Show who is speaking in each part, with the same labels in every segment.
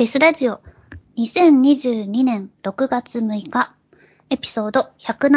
Speaker 1: デスラジオ2022年6月6日エピソード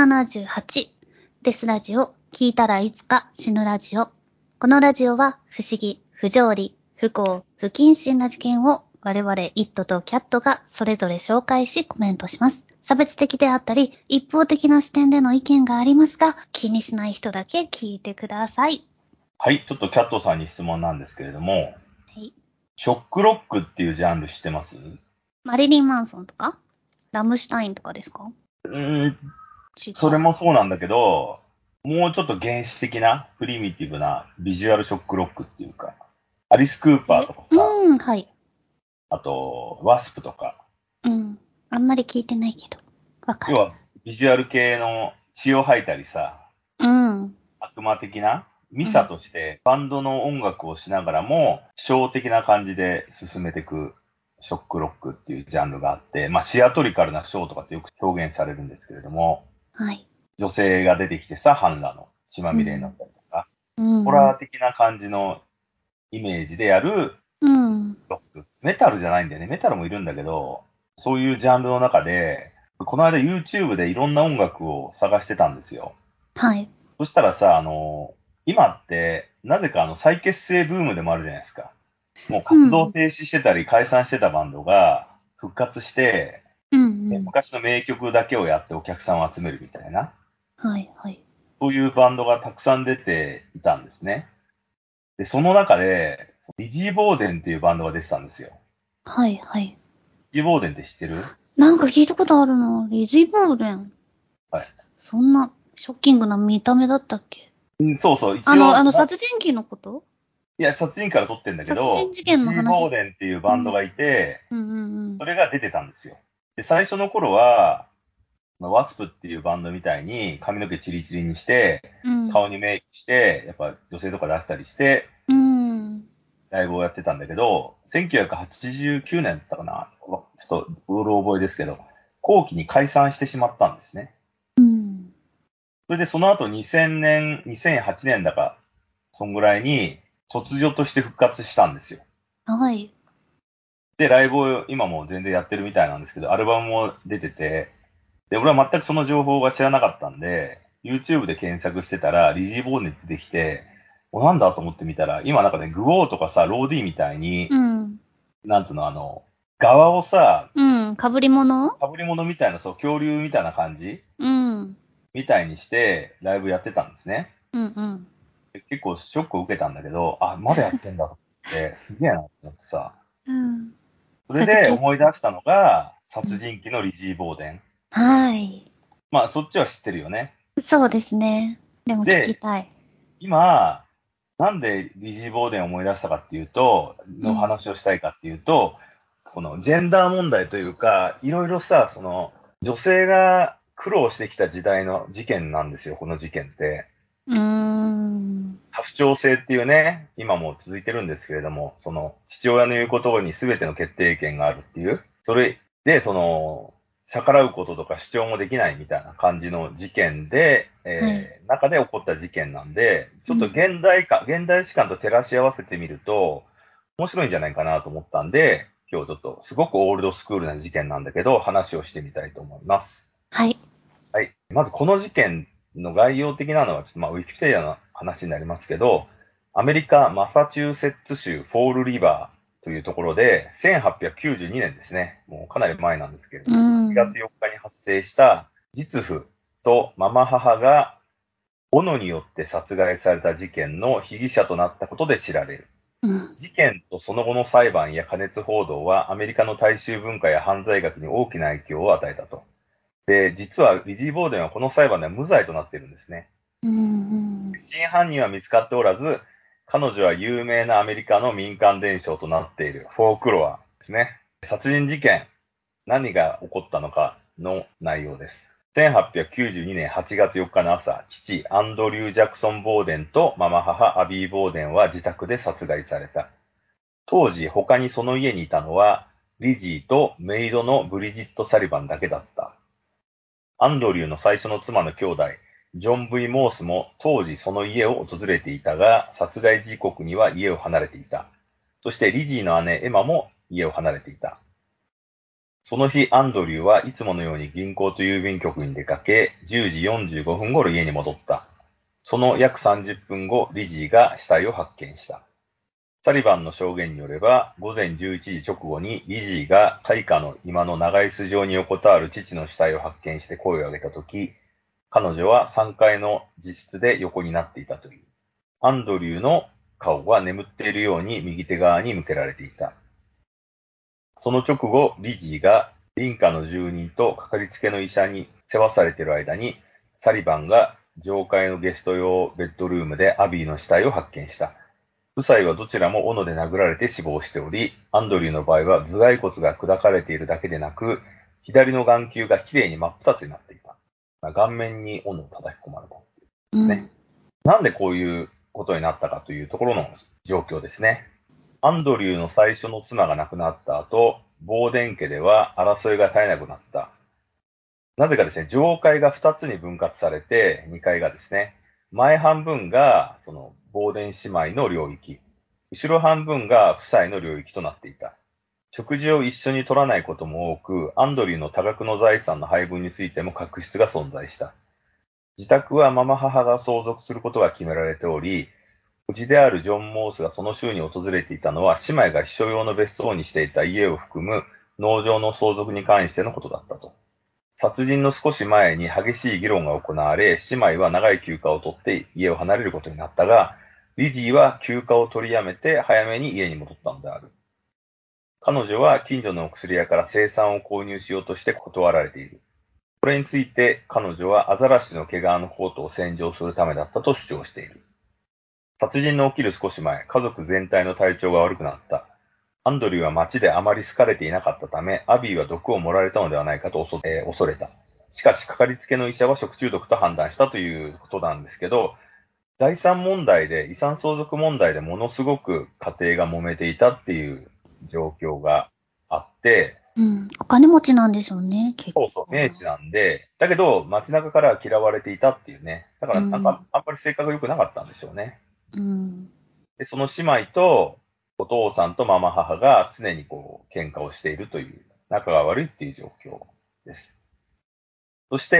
Speaker 1: 178デスラジオ聞いたらいつか死ぬラジオ。このラジオは不思議、不条理、不幸、不謹慎な事件を我々イットとキャットがそれぞれ紹介しコメントします。差別的であったり一方的な視点での意見がありますが、気にしない人だけ聞いてください。
Speaker 2: はい、ちょっとキャットさんに質問なんですけれども、
Speaker 1: はい、
Speaker 2: ショックロックっていうジャンル知ってます？
Speaker 1: マリリン・マンソンとかラムシュタインとかですか？違う。
Speaker 2: それもそうなんだけど、もうちょっと原始的な、プリミティブなビジュアルショックロックっていうか、アリス・クーパーとかさ、
Speaker 1: はい。
Speaker 2: あと、ワスプとか、
Speaker 1: あんまり聞いてないけど。わかる。
Speaker 2: 要はビジュアル系の血を吐いたりさ、悪魔的なミサとしてバンドの音楽をしながらも、ショー的な感じで進めていくショックロックっていうジャンルがあって、まあシアトリカルなショーとかってよく表現されるんですけれども、
Speaker 1: はい。
Speaker 2: 女性が出てきてさ、半裸の血まみれになったりとか、ホラー的な感じのイメージでやるロック。メタルじゃないんだよね。メタルもいるんだけど、そういうジャンルの中で、この間 YouTube でいろんな音楽を探してたんですよ。
Speaker 1: はい。
Speaker 2: そしたらさ、今って、なぜか再結成ブームでもあるじゃないですか。もう活動停止してたり解散してたバンドが復活して、昔の名曲だけをやってお客さんを集めるみたいな、
Speaker 1: はいはい。
Speaker 2: そういうバンドがたくさん出ていたんですね。で、その中で、リジー・ボーデンっていうバンドが出てたんですよ。
Speaker 1: はいはい。
Speaker 2: リジー・ボーデンって知ってる？
Speaker 1: なんか聞いたことあるの。リジーボーデン。
Speaker 2: はい。
Speaker 1: そんなショッキングな見た目だったっけ？
Speaker 2: そうそう、一応、
Speaker 1: 殺人鬼のこと？
Speaker 2: いや、殺人から撮ってんだけ
Speaker 1: 殺人
Speaker 2: ど、
Speaker 1: 事
Speaker 2: リジー・ボー
Speaker 1: 件の話。
Speaker 2: デンっていうバンドがいて、
Speaker 1: うん
Speaker 2: それが出てたんですよ。で、最初の頃は、ワスプっていうバンドみたいに髪の毛チリチリにして、顔にメイクして、やっぱ女性とか出したりして、ライブをやってたんだけど、1989年だったかな、ちょっとうろ覚えですけど、後期に解散してしまったんですね。それでその後2000年、2008年だか、そんぐらいに突如として復活したんですよ。
Speaker 1: はい。
Speaker 2: で、ライブを今も全然やってるみたいなんですけど、アルバムも出てて、で、俺は全くその情報が知らなかったんで、YouTube で検索してたら、リジー・ボーネって出てきて、なんだと思ってみたら、今なんかね、グオーとかさ、ローディーみたいに、なんつうの、側をさ、
Speaker 1: 被り物？
Speaker 2: 被り物みたいな、そう、恐竜みたいな感じみたいにして、ライブやってたんですね。で結構ショックを受けたんだけど、あ、まだやってんだと思って、すげえなと思ってさ。それで思い出したのが、殺人鬼のリジー・ボーデン。
Speaker 1: はい。
Speaker 2: まあ、そっちは知ってるよね。
Speaker 1: そうですね。でも聞き
Speaker 2: で、
Speaker 1: たい。
Speaker 2: 今、なんでリジー・ボーデンを思い出したかっていうと、の話をしたいかっていうと、このジェンダー問題というか、いろいろさ、女性が苦労してきた時代の事件なんですよ、この事件って。多父長制っていうね、今も続いてるんですけれども、父親の言うことに全ての決定権があるっていう、それで、逆らうこととか主張もできないみたいな感じの事件で、中で起こった事件なんで、ちょっと現代史観と照らし合わせてみると、面白いんじゃないかなと思ったんで、今日ちょっとすごくオールドスクールな事件なんだけど、話をしてみたいと思います。
Speaker 1: はい。
Speaker 2: はい。まずこの事件の概要的なのは、ちょっとまあ、ウィキペディアの話になりますけど、アメリカ・マサチューセッツ州フォールリバーというところで、1892年ですね。もうかなり前なんですけれども、4月4日に発生した実父とママ母が斧によって殺害された事件の被疑者となったことで知られる。事件とその後の裁判や加熱報道はアメリカの大衆文化や犯罪学に大きな影響を与えたと。で、実はリジー・ボーデンはこの裁判では無罪となっているんですね。真犯人は見つかっておらず、彼女は有名なアメリカの民間伝承となっているフォークロアですね。殺人事件、何が起こったのかの内容です。1892年8月4日の朝、父アンドリュー・ジャクソン・ボーデンとママ母アビー・ボーデンは自宅で殺害された。当時、他にその家にいたのは、リジーとメイドのブリジット・サリバンだけだった。アンドリューの最初の妻の兄弟、ジョン・ V・ モースも当時その家を訪れていたが、殺害時刻には家を離れていた。そしてリジーの姉エマも家を離れていた。 その日、アンドリューはいつものように銀行と郵便局に出かけ、10時45分頃家に戻った。その約30分後、リジーが死体を発見した。サリバンの証言によれば、午前11時直後にリジーが開花の今の長い巣状に横たわる父の死体を発見して声を上げたとき、彼女は3階の自室で横になっていたという。アンドリューの顔は眠っているように右手側に向けられていた。その直後、リジーが林家の住人とかかりつけの医者に世話されている間に、サリバンが上階のゲスト用ベッドルームでアビーの死体を発見した。夫妻はどちらも斧で殴られて死亡しており、アンドリューの場合は頭蓋骨が砕かれているだけでなく、左の眼球がきれいに真っ二つになっていた。顔面に斧を叩き込まれた。ね。なんでこういうことになったかというところの状況ですね。アンドリューの最初の妻が亡くなった後、ボーデン家では争いが絶えなくなった。なぜかですね、上階が2つに分割されて、2階がですね、前半分がそのボーデン姉妹の領域、後ろ半分が夫妻の領域となっていた。食事を一緒に取らないことも多く、アンドリューの多額の財産の配分についても確執が存在した。自宅はママ母が相続することが決められており、叔父であるジョン・モースがその週に訪れていたのは、姉妹が秘書用の別荘にしていた家を含む農場の相続に関してのことだったと。殺人の少し前に激しい議論が行われ、姉妹は長い休暇を取って家を離れることになったが、リジーは休暇を取りやめて早めに家に戻ったのである。彼女は近所の薬屋から青酸を購入しようとして断られている。これについて彼女はアザラシの毛皮のコートを洗浄するためだったと主張している。殺人の起きる少し前、家族全体の体調が悪くなった。アンドリューは街であまり好かれていなかったため、アビーは毒を盛られたのではないかと恐れた。しかし、かかりつけの医者は食中毒と判断したということなんですけど、財産問題で、遺産相続問題でものすごく家庭が揉めていたっていう状況があって、
Speaker 1: お金持ちなんでしょうね、結構。
Speaker 2: そうそう、名士なんで、だけど街中からは嫌われていたっていうね。だからなんか、あんまり性格良くなかったんでしょうね。で、その姉妹とお父さんとママ母が常にこう喧嘩をしているという、仲が悪いっていう状況です。そして、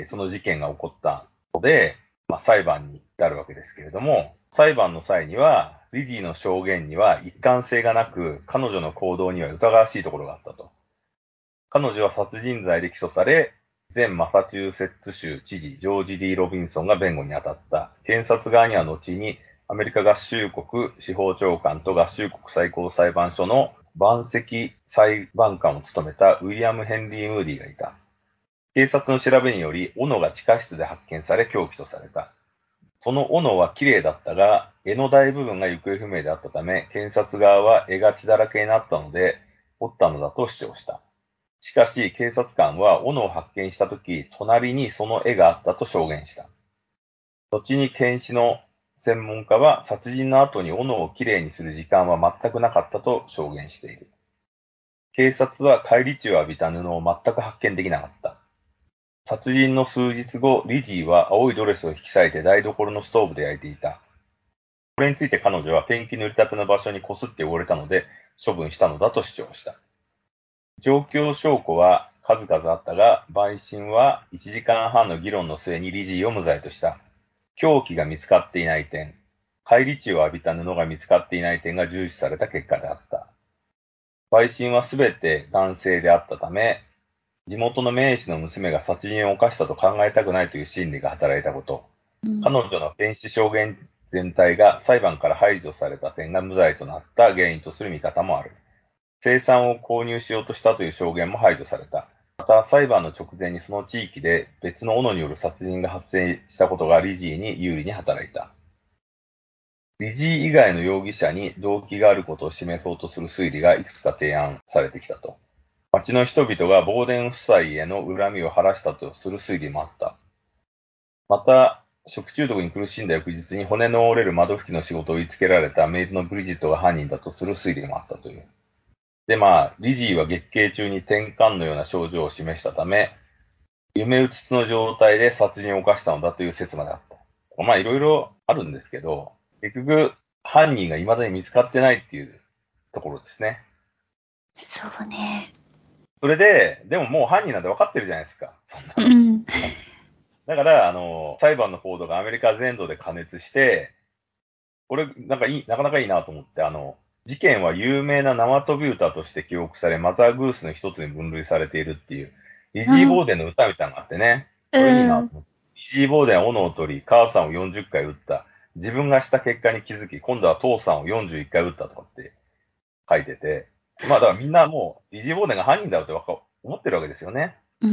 Speaker 2: その事件が起こったので、裁判に至るわけですけれども、裁判の際には、リジーの証言には一貫性がなく、彼女の行動には疑わしいところがあったと。彼女は殺人罪で起訴され、前マサチューセッツ州知事ジョージ・ディ・ロビンソンが弁護に当たった。検察側には後にアメリカ合衆国司法長官と合衆国最高裁判所の番席裁判官を務めたウィリアム・ヘンリー・ムーディがいた。警察の調べにより、斧が地下室で発見され凶器とされた。その斧は綺麗だったが、柄の大部分が行方不明であったため、検察側は柄が血だらけになったので、折ったのだと主張した。しかし、警察官は斧を発見したとき、隣にその絵があったと証言した。後に検視の専門家は、殺人の後に斧をきれいにする時間は全くなかったと証言している。警察は返り血を浴びた布を全く発見できなかった。殺人の数日後、リジーは青いドレスを引き裂いて台所のストーブで焼いていた。これについて彼女はペンキ塗りたての場所にこすって汚れたので処分したのだと主張した。状況証拠は数々あったが、陪審は1時間半の議論の末にリジーを無罪とした。凶器が見つかっていない点、返り血を浴びた布が見つかっていない点が重視された結果であった。陪審はすべて男性であったため、地元の名士の娘が殺人を犯したと考えたくないという心理が働いたこと、彼女の弁士証言全体が裁判から排除された点が無罪となった原因とする見方もある。青酸を購入しようとしたという証言も排除された。また、裁判の直前にその地域で別の斧による殺人が発生したことがリジーに有利に働いた。リジー以外の容疑者に動機があることを示そうとする推理がいくつか提案されてきたと。町の人々がボーデン夫妻への恨みを晴らしたとする推理もあった。また、食中毒に苦しんだ翌日に骨の折れる窓拭きの仕事を言いつけられたメイドのブリジットが犯人だとする推理もあったという。で、リジーは月経中に転換のような症状を示したため、夢うつつの状態で殺人を犯したのだという説まであった。いろいろあるんですけど、結局、犯人が未だに見つかってないっていうところですね。
Speaker 1: そうね。
Speaker 2: それで、でももう犯人なんて分かってるじゃないですか。そんなの。
Speaker 1: うん。
Speaker 2: だから、裁判の報道がアメリカ全土で過熱して、これ、なかなかいいなと思って、事件は有名な縄跳び歌として記憶され、マザーグースの一つに分類されているっていう、リジー・ボーデンの歌みたいなのがあってね、これいいなと思って。リジー・ボーデンは斧を取り、母さんを40回撃った。自分がした結果に気づき、今度は父さんを41回撃ったとかって書いてて、まあだからみんなもう、リジー・ボーデンが犯人だろうって思ってるわけですよね。
Speaker 1: うんうん。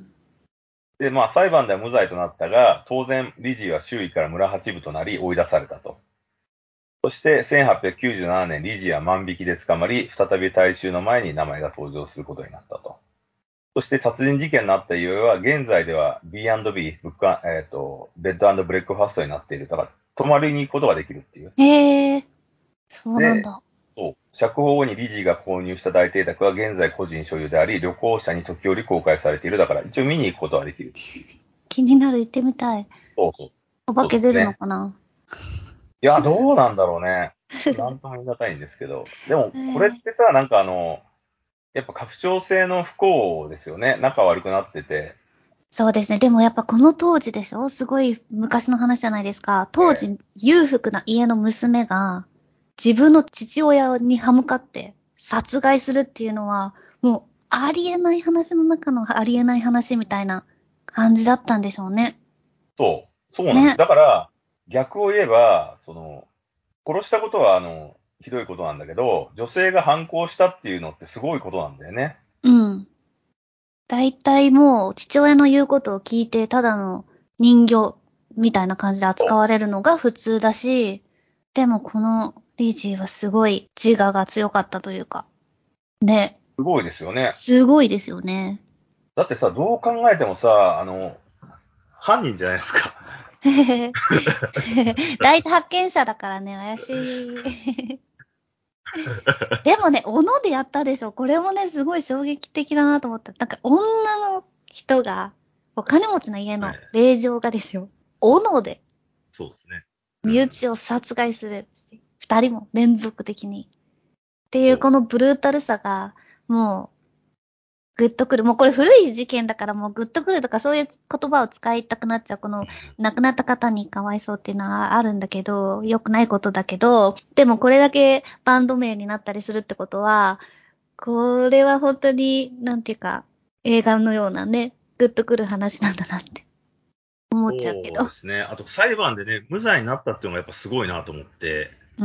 Speaker 2: で、まあ裁判では無罪となったが、当然リジーは周囲から村八分となり追い出されたと。そして1897年、リジーは万引きで捕まり、再び大衆の前に名前が登場することになったと。そして殺人事件になったゆえは、現在では B&B、ベッドブレックファストになっている。だから、泊まりに行くことができるっていう。
Speaker 1: へえ、そうなん
Speaker 2: で、
Speaker 1: だ。
Speaker 2: そう。釈放後にリジーが購入した大邸宅は現在個人所有であり、旅行者に時折公開されている。だから、一応見に行くことができるっていう。
Speaker 1: 気になる、行ってみたい。
Speaker 2: そうそう。
Speaker 1: お化け出るの
Speaker 2: そうですね。
Speaker 1: かな？
Speaker 2: いや、どうなんだろうね。なんとも言い難いんですけど。でも、
Speaker 1: へ
Speaker 2: これっ
Speaker 1: え。
Speaker 2: てさ、やっぱ家父長制の不幸ですよね。仲悪くなってて。
Speaker 1: そうですね。でもやっぱこの当時でしょ？すごい昔の話じゃないですか。当
Speaker 2: え
Speaker 1: 時、裕福な家の娘が自分の父親に歯向かって殺害するっていうのは、もうありえない話の中のありえない話みたいな感じだったんでしょうね。
Speaker 2: そうなんです。
Speaker 1: ね。
Speaker 2: だから、逆を言えば、殺したことは、ひどいことなんだけど、女性が反抗したっていうのってすごいことなんだよね。
Speaker 1: うん。大体もう父親の言うことを聞いてただの人形みたいな感じで
Speaker 2: そう。
Speaker 1: 扱われるのが普通だし、でもこのリージーはすごい自我が強かったというか。ね。
Speaker 2: すごいですよね。
Speaker 1: すごいですよね。
Speaker 2: だってさ、どう考えてもさ、犯人じゃないですか。
Speaker 1: へへへ第一発見者だからね、怪しい。でもね、斧でやったでしょ。これもね、すごい衝撃的だなと思った。なんか女の人が、お金持ちの家の
Speaker 2: ね、
Speaker 1: 令嬢がですよ。斧で
Speaker 2: そうですね。うん。
Speaker 1: 身内を殺害する。二人も連続的に。っていう
Speaker 2: そ
Speaker 1: このブルータルさが、もう、グッとくる。もうこれ古い事件だからもうグッとくるとかそういう言葉を使いたくなっちゃう。この亡くなった方にかわいそうっていうのはあるんだけど、良くないことだけど、でもこれだけバンド名になったりするってことは、これは本当に、なんていうか、映画のようなね、グッとくる話なんだなって思っちゃうけど。
Speaker 2: そうですね。あと裁判でね、無罪になったっていうのがやっぱすごいなと思って。
Speaker 1: うん。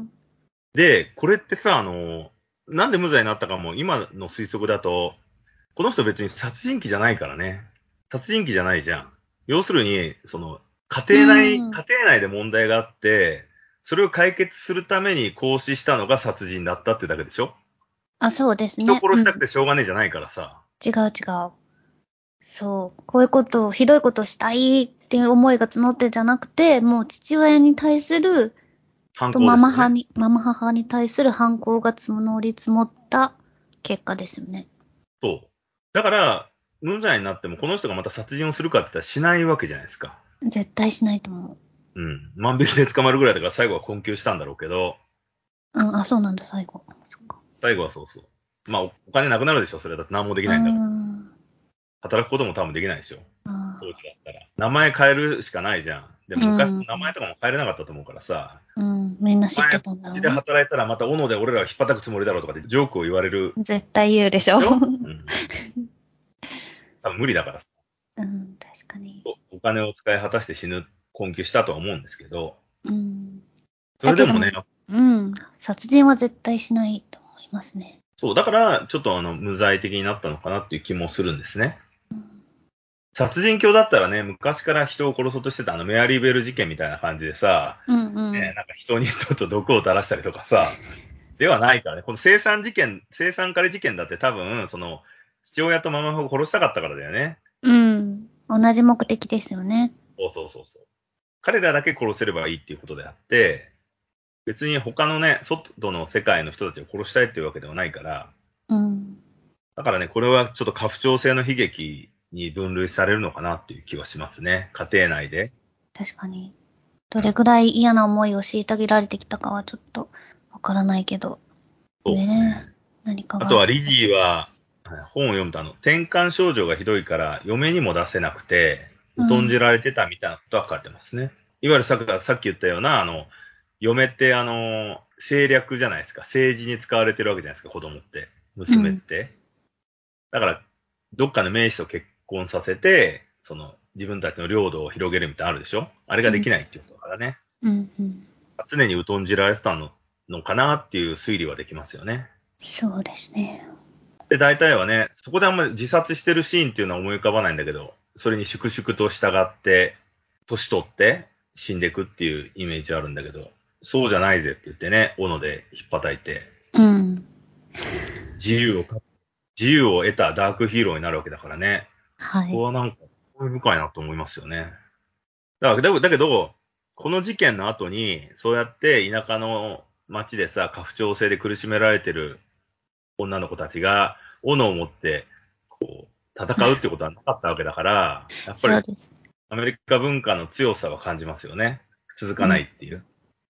Speaker 2: で、これってさ、なんで無罪になったかも今の推測だと、この人別に殺人鬼じゃないからね。殺人鬼じゃないじゃん。要するに、
Speaker 1: うん。
Speaker 2: 家庭内で問題があって、それを解決するために行使したのが殺人だったってだけでしょ？
Speaker 1: あ、そうです
Speaker 2: 人を
Speaker 1: ね。うん。
Speaker 2: 殺したくてしょうがねえじゃないからさ。
Speaker 1: 違う違う。そう。こういうことを、ひどいことをしたいっていう思いが募ってじゃなくて、もう父親に対する、
Speaker 2: 犯行ですよね。
Speaker 1: ママ母に対する反抗が募り積もった結果ですよね。
Speaker 2: そう。だから、無罪になってもこの人がまた殺人をするかって言ったらしないわけじゃないですか。
Speaker 1: 絶対しないと思
Speaker 2: うん。万引きで捕まるぐらいだから最後は困窮したんだろうけど、
Speaker 1: う。うん、あ、そうなんだ、最後。そっか。
Speaker 2: 最後はそうそう。まあ、お金なくなるでしょ、それだって何もでき
Speaker 1: うー
Speaker 2: ないんだから。
Speaker 1: ん。
Speaker 2: 働くことも多分できないでしょ。当
Speaker 1: あ
Speaker 2: 時だったら。名前変えるしかないじゃん。で
Speaker 1: ーう
Speaker 2: も昔の
Speaker 1: ん。
Speaker 2: 名前とかも変えれなかったと思うからさ、
Speaker 1: うん。みんな知って
Speaker 2: お前、こ
Speaker 1: たんだろうね。
Speaker 2: っちで働いたらまた斧で俺らを引っ叩くつもりだろうとかってジョークを言われる
Speaker 1: 絶対言うでしょ。
Speaker 2: でしょ？うん。多分無理だから。
Speaker 1: うん、確かに。
Speaker 2: お金を使い果たして死ぬ、困窮したとは思うんですけど、
Speaker 1: うん。
Speaker 2: それでもね、
Speaker 1: だけど、うん。殺人は絶対しないと思いますね。
Speaker 2: そう、だから、ちょっと無罪的になったのかなっていう気もするんですね。殺人狂だったらね、昔から人を殺そうとしてたメアリーベル事件みたいな感じでさ、
Speaker 1: うんう
Speaker 2: ね、
Speaker 1: ん。
Speaker 2: なんか人にちょっと毒を垂らしたりとかさ、ではないからね。この生産カリ事件だって多分、父親とママを殺したかったからだよね。
Speaker 1: うん。同じ目的ですよね。
Speaker 2: そうそうそうそう。彼らだけ殺せればいいっていうことであって、別に他のね、外の世界の人たちを殺したいっていうわけではないから、
Speaker 1: うん。
Speaker 2: だからね、これはちょっと家父長制の悲劇に分類されるのかなっていう気はしますね。家庭内で。
Speaker 1: 確かに。ど
Speaker 2: うん。
Speaker 1: れくらい嫌な思いを強いられてきたかはちょっとわからないけど。
Speaker 2: そうですね。
Speaker 1: ねえ。何かがあっ
Speaker 2: あとはリジ
Speaker 1: た時。
Speaker 2: ーは、 本を読むと転換症状がひどいから嫁にも出せなくて、疎んじられてたみたいなことは書いてますね。いわゆるさっき言ったような、嫁って政略じゃないですか。政治に使われてるわけじゃないですか、子供って。娘って。だから、どっかの名士と結婚させて、自分たちの領土を広げるみたいなのあるでしょ。あれができないっていうことだからね。常に疎んじられてたのかなっていう推理はできますよね。
Speaker 1: そうですね。
Speaker 2: で、大体はね、そこであんまり自殺してるシーンっていうのは思い浮かばないんだけど、それに粛々と従って、年取って死んでいくっていうイメージあるんだけど、そうじゃないぜって言ってね、斧で引っ叩いて、自由を得たダークヒーローになるわけだからね。
Speaker 1: はい。
Speaker 2: ここはなんか、興味深いなと思いますよね。だけど、この事件の後に、そうやって田舎の町でさ、家父長制で苦しめられてる女の子たちが、斧を持って、戦うってことはなかったわけだから、やっぱりアメリカ文化の強さは感じますよね。続かないっていう。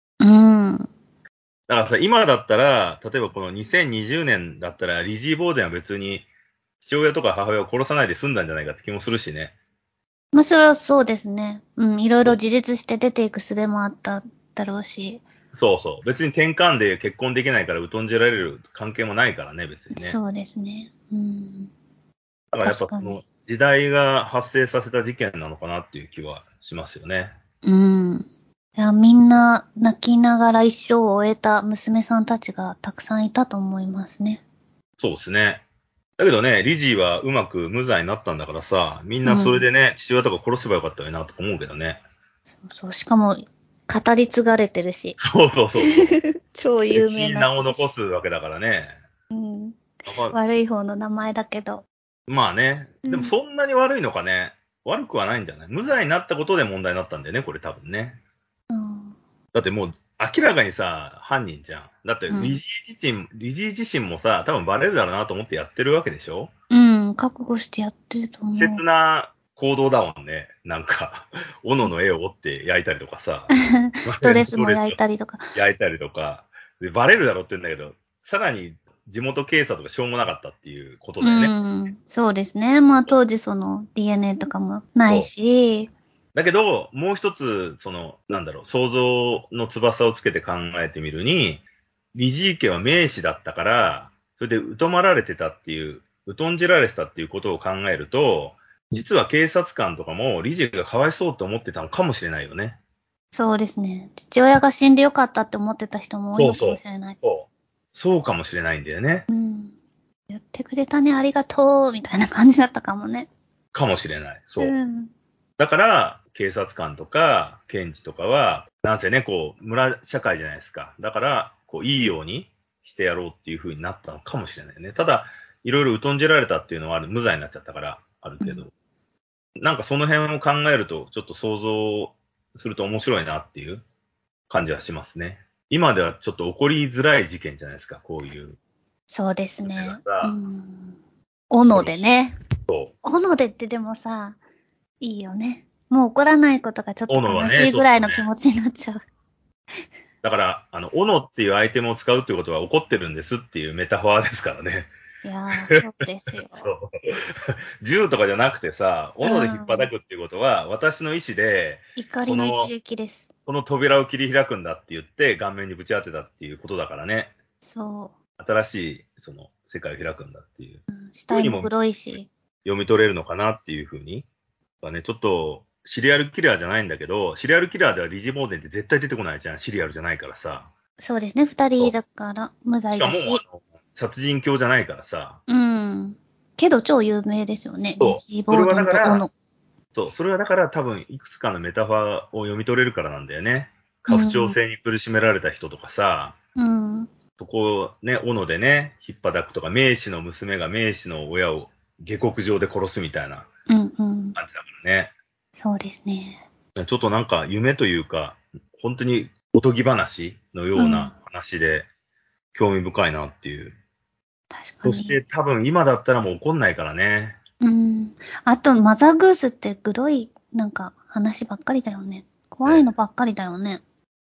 Speaker 2: だからさ、今だったら、例えばこの2020年だったら、リジー・ボーデンは別に父親とか母親を殺さないで済んだんじゃないかって気もするしね。
Speaker 1: まあ、それはそうですね。いろいろ自立して出ていく術もあっただろうし。
Speaker 2: そうそう。別に転換で結婚できないから疎んじられる関係もないからね、別にね。
Speaker 1: そうですね。
Speaker 2: だからやっぱその時代が発生させた事件なのかなっていう気はしますよね。
Speaker 1: いや、みんな泣きながら一生を終えた娘さんたちがたくさんいたと思いますね。
Speaker 2: そうですね。だけどね、リジーはうまく無罪になったんだからさ、みんなそれでね、父親とか殺せばよかったよなとか思うけどね。
Speaker 1: そう、しかも、語り継がれてるし。
Speaker 2: そう。
Speaker 1: 超有名な。
Speaker 2: 名を残すわけだからね。
Speaker 1: 悪い方の名前だけど。
Speaker 2: まあね。でもそんなに悪いのかね。悪くはないんじゃない？無罪になったことで問題になったんだよね、これ多分ね。だってもう明らかにさ、犯人じゃん。だってリジー自身もさ、多分バレるだろうなと思ってやってるわけでしょ？
Speaker 1: 覚悟してやってると思う。
Speaker 2: 切な行動だもんね。なんか、斧の絵を折って焼いたりとかさ。
Speaker 1: ドレスも焼いたりとか。
Speaker 2: で、バレるだろって言うんだけど、さらに地元警察がしょうもなかったっていうことだよね。
Speaker 1: そうですね。まあ当時DNA とかもないし。
Speaker 2: だけど、もう一つ、想像の翼をつけて考えてみるに、理事家は名士だったから、それで疎まられてたっていう、疎んじられてたっていうことを考えると、実は警察官とかも理事がかわいそうと思ってたのかもしれないよね。
Speaker 1: そうですね。父親が死んでよかったって思ってた人も多いのかもしれない。
Speaker 2: そうかもしれないんだよね。
Speaker 1: やってくれたね、ありがとう、みたいな感じだったかもね。
Speaker 2: かもしれない。そう。だから、警察官とか、検事とかは、なんせね、村社会じゃないですか。だから、いいようにしてやろうっていう風になったのかもしれないね。ただ、いろいろ疎んじられたっていうのは無罪になっちゃったから、ある程度。なんかその辺を考えると、ちょっと想像すると面白いなっていう感じはしますね。今ではちょっと起こりづらい事件じゃないですか、こういう。
Speaker 1: そうですね。斧でね。斧でってでもさ、いいよね。もう怒らないことがちょっと悲しいぐらいの気持ちになっちゃう。
Speaker 2: だから、斧っていうアイテムを使うっていうことは怒ってるんですっていうメタファーですからね。
Speaker 1: いやー、そうですよ。
Speaker 2: 銃とかじゃなくてさ、斧で引っ叩くっていうことは、私の意思で、
Speaker 1: 怒りの一撃です。
Speaker 2: この扉を切り開くんだって言って、顔面にぶち当てたっていうことだからね。
Speaker 1: そう。
Speaker 2: 新しい、世界を開くんだっていう。
Speaker 1: 死体も黒いし。
Speaker 2: 読み取れるのかなっていうふうに。ちょっと、シリアルキラーじゃないんだけど、シリアルキラーではリジモーデンって絶対出てこないじゃん。シリアルじゃないからさ。
Speaker 1: そうですね。二人だから無罪だし。
Speaker 2: しかも、殺人狂じゃないからさ。
Speaker 1: けど超有名ですよね。
Speaker 2: リ
Speaker 1: ジーボーデンと斧。
Speaker 2: そう、それはだから多分いくつかのメタファーを読み取れるからなんだよね。家父長制に苦しめられた人とかさ、そこをね、斧でね、引っ叩くとか、名士の娘が名士の親を下克上で殺すみたいな感じだからね。
Speaker 1: そうですね。
Speaker 2: ちょっとなんか夢というか、本当におとぎ話のような話で興味深いなっていう。
Speaker 1: 確かに。
Speaker 2: そして多分今だったらもう怒んないからね。
Speaker 1: あと、マザーグースってグロい、なんか話ばっかりだよね。怖いのばっかりだよね。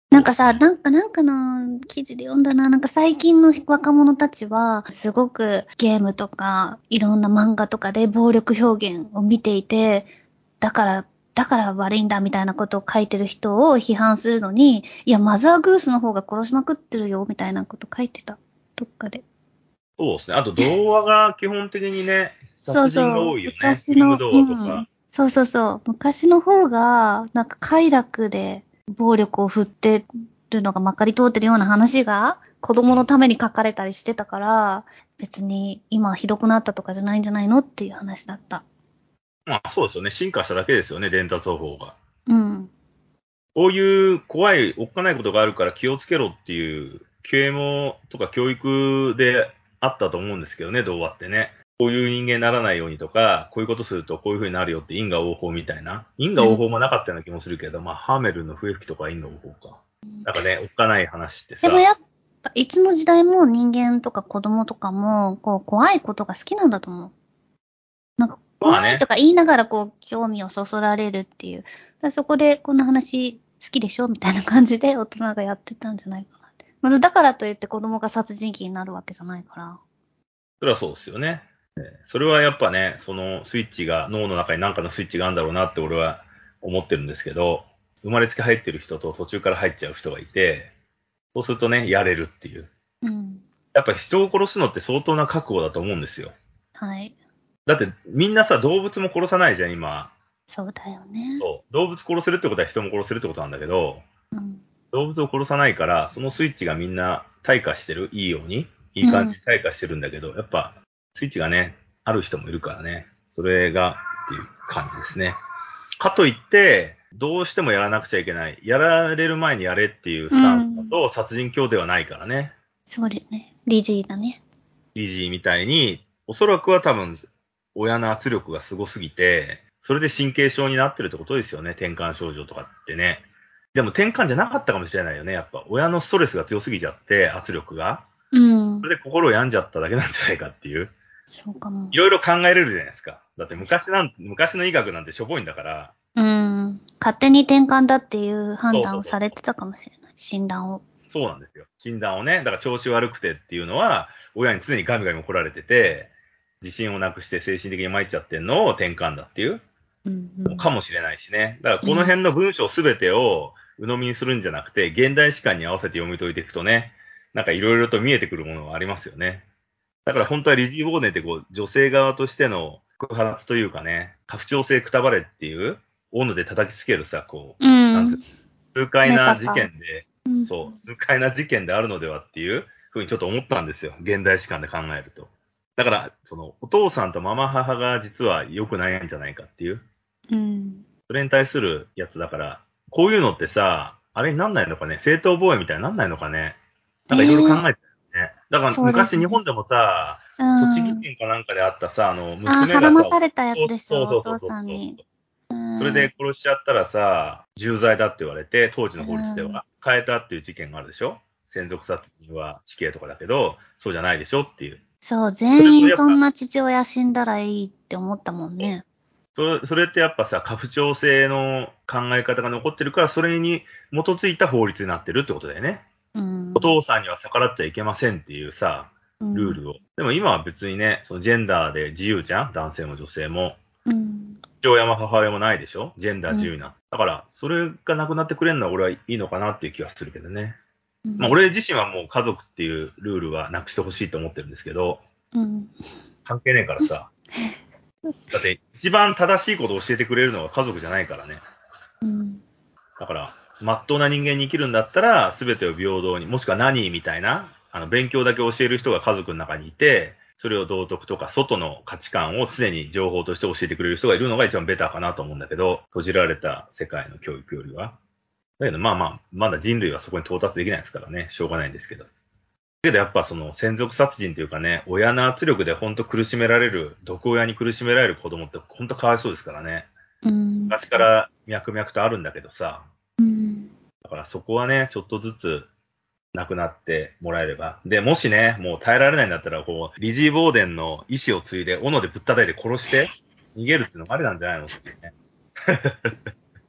Speaker 1: なんかさ、なんかの記事で読んだな。なんか最近の若者たちは、すごくゲームとか、いろんな漫画とかで暴力表現を見ていて、だから悪いんだみたいなことを書いてる人を批判するのに、いや、マザーグースの方が殺しまくってるよ、みたいなこと書いてた。どっかで。
Speaker 2: そうですね。あと童話が基本的にね、
Speaker 1: そう
Speaker 2: 殺人が
Speaker 1: そう。
Speaker 2: 多いよね。ス
Speaker 1: 昔の、
Speaker 2: リム童
Speaker 1: う
Speaker 2: 話とか。
Speaker 1: ん。そうそうそう。昔の方が、なんか快楽で暴力を振ってるのがまかり通ってるような話が子供のために書かれたりしてたから、別に今ひどくなったとかじゃないんじゃないのっていう話だった。
Speaker 2: まあそうですよね。進化しただけですよね、伝達方法が。
Speaker 1: うん。
Speaker 2: こういう怖い、おっかないことがあるから気をつけろっていう、啓蒙とか教育であったと思うんですけどね、童話ってね。こういう人間にならないようにとか、こういうことするとこういう風になるよって因果応報みたいな。因果応報もなかったような気もするけど、まあ、ハーメルの笛吹きとか因果応報か。なんかね、おっかない話ってさ、
Speaker 1: でもやっぱ、いつの時代も人間とか子供とかも、こう、怖いことが好きなんだと思う。なんか、
Speaker 2: まあね、
Speaker 1: 怖いとか言いながらこう、興味をそそられるっていう。だからそこでこんな話好きでしょみたいな感じで大人がやってたんじゃないかなって。まあだからといって子供が殺人鬼になるわけじゃないから。
Speaker 2: それはそうですよね。それはやっぱね、そのスイッチが、脳の中に何かのスイッチがあるんだろうなって俺は思ってるんですけど、生まれつき入ってる人と途中から入っちゃう人がいて、そうするとね、やれるっていう。
Speaker 1: うん。
Speaker 2: やっぱ人を殺すのって相当な覚悟だと思うんですよ。
Speaker 1: はい。
Speaker 2: だってみんなさ、動物も殺さないじゃん、今。
Speaker 1: そうだよね。
Speaker 2: そう。動物殺せるってことは人も殺せるってことなんだけど、
Speaker 1: うん。
Speaker 2: 動物を殺さないから、そのスイッチがみんな退化してる、いいように、いい
Speaker 1: うん。
Speaker 2: 感じに退化してるんだけど、やっぱ、スイッチがね、ある人もいるからね、それがっていう感じですね。かといって、どうしてもやらなくちゃいけない。やられる前にやれっていう
Speaker 1: う
Speaker 2: スタンスだ
Speaker 1: ん。
Speaker 2: と、殺人狂ではないからね。
Speaker 1: そうですね。理事だね。
Speaker 2: イージーみたいに、おそらくは多分、親の圧力がすごすぎて、それで神経症になってるってことですよね、転換症状とかってね。でも転換じゃなかったかもしれないよね、やっぱ。親のストレスが強すぎちゃって、圧力が。
Speaker 1: うん。
Speaker 2: それで心を病んじゃっただけなんじゃないかっていう。
Speaker 1: そうかも。
Speaker 2: いろいろ考えれるじゃないですか。だって
Speaker 1: 確か
Speaker 2: 昔の医学なんてしょぼいんだから。
Speaker 1: に。うん。勝手に転換だっていう判
Speaker 2: そうそ
Speaker 1: 断を
Speaker 2: うそうそう。
Speaker 1: されてたかもしれない。診断を。
Speaker 2: そうなんですよ。診断をね、だから調子悪くてっていうのは、親に常にガミガミ怒られてて、自信をなくして精神的に参っちゃってんのを転換だっていう。
Speaker 1: うんうん。
Speaker 2: かもしれないしね。だからこの
Speaker 1: うん。
Speaker 2: 辺の文章すべてを鵜呑みにするんじゃなくて、現代史観に合わせて読み解いていくとね、なんかいろいろと見えてくるものがありますよね。だから本当はリジー・ボーデンってこう、女性側としての告発というかね、家父長制くたばれっていう、斧で叩きつけるさ、こ
Speaker 1: う
Speaker 2: う、なんて
Speaker 1: ん。
Speaker 2: いうの、痛快な事
Speaker 1: メタか。
Speaker 2: 件で、
Speaker 1: うん。
Speaker 2: そう、痛快な事件であるのではっていうふうにちょっと思ったんですよ。現代史観で考えると。だから、その、お父さんとママ母が実は良くないんじゃないかっていう。
Speaker 1: うん。
Speaker 2: それに対するやつだから、こういうのってさ、あれになんないのかね、正当防衛みたいになんないのかね。なんかいろいろ考えてるよね。だから
Speaker 1: そうですね。
Speaker 2: 昔日本でもさ、
Speaker 1: う
Speaker 2: 栃木
Speaker 1: ん。
Speaker 2: 県かなんかであったさ、
Speaker 1: ああ、
Speaker 2: 娘がさ、
Speaker 1: 孕まされたやつでしょ、お父
Speaker 2: そうそうそうそうそう。
Speaker 1: さんに。うん。う
Speaker 2: それで殺しちゃったらさ、重罪だって言われて、当時の法律で
Speaker 1: ん。
Speaker 2: は変えたっていう事件があるでしょ。専属殺人は死刑とかだけど、そうじゃないでしょっていう。
Speaker 1: そう、
Speaker 2: それ
Speaker 1: 全員
Speaker 2: もやっぱ、
Speaker 1: そんな父親死んだらいいって思ったもんね。
Speaker 2: それってやっぱさ、家父長制の考え方が残ってるから、それに基づいた法律になってるってことだよね。
Speaker 1: う
Speaker 2: お
Speaker 1: ん。
Speaker 2: 父さんには逆らっちゃいけませんっていうさ、
Speaker 1: うん。
Speaker 2: ルールを。でも今は別にね、そのジェンダーで自由じゃん、男性も女性も。
Speaker 1: うん。
Speaker 2: 父親も母親もないでしょ、ジェンダー
Speaker 1: うん。
Speaker 2: 自由な。だから、それがなくなってくれるのは俺はいいのかなっていう気はするけどね。まあ
Speaker 1: うん。
Speaker 2: 俺自身はもう家族っていうルールはなくしてほしいと思ってるんですけど、
Speaker 1: うん。
Speaker 2: 関係ねえからさ。だって一番正しいことを教えてくれるのは家族じゃないからね。
Speaker 1: うん。
Speaker 2: だから、まっとうな人間に生きるんだったら、すべてを平等に、もしくは何みたいな、勉強だけ教える人が家族の中にいて、それを道徳とか外の価値観を常に情報として教えてくれる人がいるのが一番ベターかなと思うんだけど、閉じられた世界の教育よりは。だけどまあまあ、まだ人類はそこに到達できないですからね、しょうがないんですけど。けどやっぱその専属殺人というかね、親の圧力で本当苦しめられる、毒親に苦しめられる子供って本当かわいそうですからね。
Speaker 1: うん。そう。
Speaker 2: 昔から脈々とあるんだけどさ、
Speaker 1: うん。
Speaker 2: だからそこはね、ちょっとずつなくなってもらえれば。で、もしね、もう耐えられないんだったら、こう、リジー・ボーデンの意志を継いで、斧でぶったたいて殺して、逃げるっていうのもありなんじゃないのっていうね。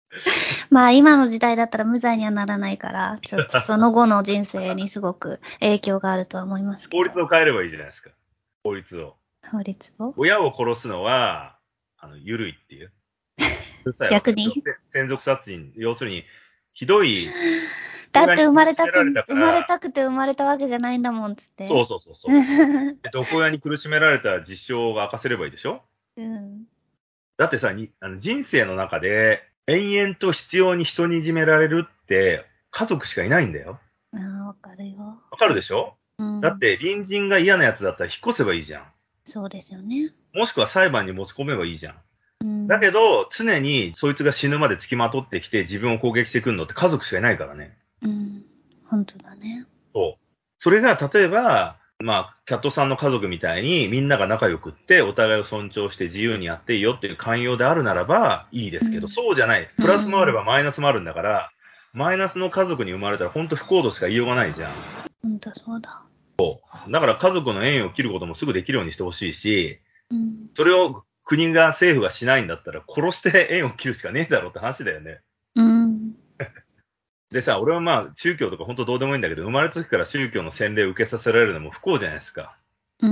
Speaker 1: まあ今の時代だったら無罪にはならないから、ちょっとその後の人生にすごく影響があるとは思いますけど。
Speaker 2: 法律を変えればいいじゃないですか。法律を。
Speaker 1: 法律を
Speaker 2: 親を殺すのは、緩いっていう。うるさいわけ
Speaker 1: 逆に。
Speaker 2: 専属殺人。要するに、ひどい、
Speaker 1: だって生まれ
Speaker 2: 苦しめられたか
Speaker 1: 生まれ
Speaker 2: ら、
Speaker 1: たくて生まれたわけじゃないんだもん、つって。
Speaker 2: そうそうそうそう。で毒親に苦しめられた実証が明かせればいいでしょ。
Speaker 1: うん。
Speaker 2: だってさ、人生の中で、延々と必要に人にいじめられるって、家族しかいないんだよ。
Speaker 1: ああ、わかるよ。
Speaker 2: わかるでしょ。
Speaker 1: うん。
Speaker 2: だって、隣人が嫌なやつだったら引っ越せばいいじゃん。
Speaker 1: そうですよね。
Speaker 2: もしくは裁判に持ち込めばいいじゃん。
Speaker 1: うん。
Speaker 2: だけど、常にそいつが死ぬまで付きまとってきて自分を攻撃してくるのって家族しかいないからね。
Speaker 1: うん。本当だね。
Speaker 2: そう。それが例えば、キャットさんの家族みたいにみんなが仲良くってお互いを尊重して自由にやっていいよっていう寛容であるならばいいですけど、
Speaker 1: うん
Speaker 2: そうじゃない。プラスもあればマイナスもあるんだから、マイナスの家族に生まれたら本当不幸度しか言いようがないじゃん。
Speaker 1: 本当そうだ。
Speaker 2: だから家族の縁を切ることもすぐできるようにしてほしいし、
Speaker 1: うん。
Speaker 2: それを国が政府がしないんだったら殺して縁を切るしかねえだろうって話だよね。
Speaker 1: うん。
Speaker 2: でさ、俺は宗教とか本当どうでもいいんだけど、生まれた時から宗教の洗礼を受けさせられるのも不幸じゃないですか。
Speaker 1: うん。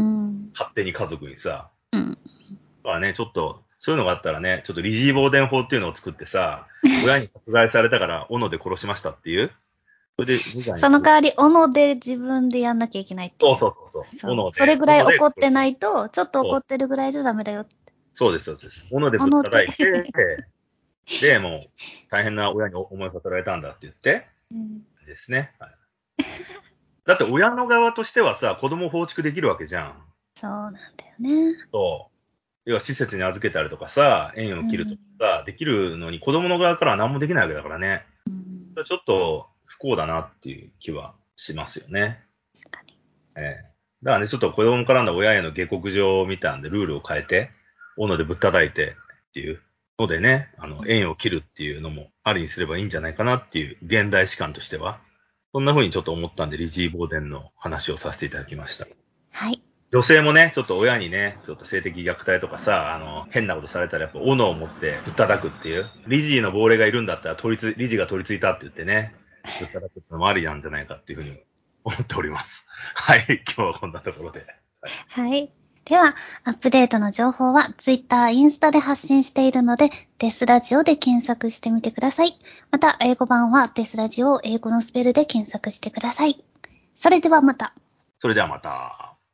Speaker 2: 勝手に家族にさ。
Speaker 1: うん。
Speaker 2: だからね、ちょっと、そういうのがあったらね、ちょっと理事暴伝法っていうのを作ってさ、親に殺害されたから斧で殺しましたっていう。それで無罪に
Speaker 1: その代わり、斧で自分でやんなきゃいけないっていう。
Speaker 2: そうそうそうそう。斧で。
Speaker 1: それぐらい
Speaker 2: 斧で
Speaker 1: 怒ってないと、ちょっと
Speaker 2: そう
Speaker 1: 怒ってるぐらいじゃダメだよ。
Speaker 2: そうです、そうです。斧でぶったたいて、で、もう、大変な親に思いさせられたんだって言って、
Speaker 1: うん、
Speaker 2: ですね。はい、だって親の側としてはさ、子供を放逐できるわけじゃん。
Speaker 1: そうなんだよね。
Speaker 2: そう。要は施設に預けたりとかさ、縁を切るとかさ、できるのに子供の側からは何もできないわけだからね。
Speaker 1: うん、
Speaker 2: ちょっと不幸だなっていう気はしますよね。
Speaker 1: 確かに。
Speaker 2: だからね、ちょっと子供からの親への下克上を見たんで、ルールを変えて、斧でぶったたいてっていうのでね、縁を切るっていうのもありにすればいいんじゃないかなっていう現代史観としては、そんな風にちょっと思ったんで、リジー・ボーデンの話をさせていただきました。
Speaker 1: はい。
Speaker 2: 女性もね、ちょっと親にね、ちょっと性的虐待とかさ、変なことされたらやっぱ斧を持ってぶったたくっていう、理事の亡霊がいるんだったら理事が取り付いたって言ってね、ぶったたくってのもありなんじゃないかっていうふうに思っております。はい、今日はこんなところで。
Speaker 1: はい。では、アップデートの情報は Twitter、インスタで発信しているので、デスラジオで検索してみてください。また、英語版はデスラジオを英語のスペルで検索してください。それではまた。
Speaker 2: それではまた。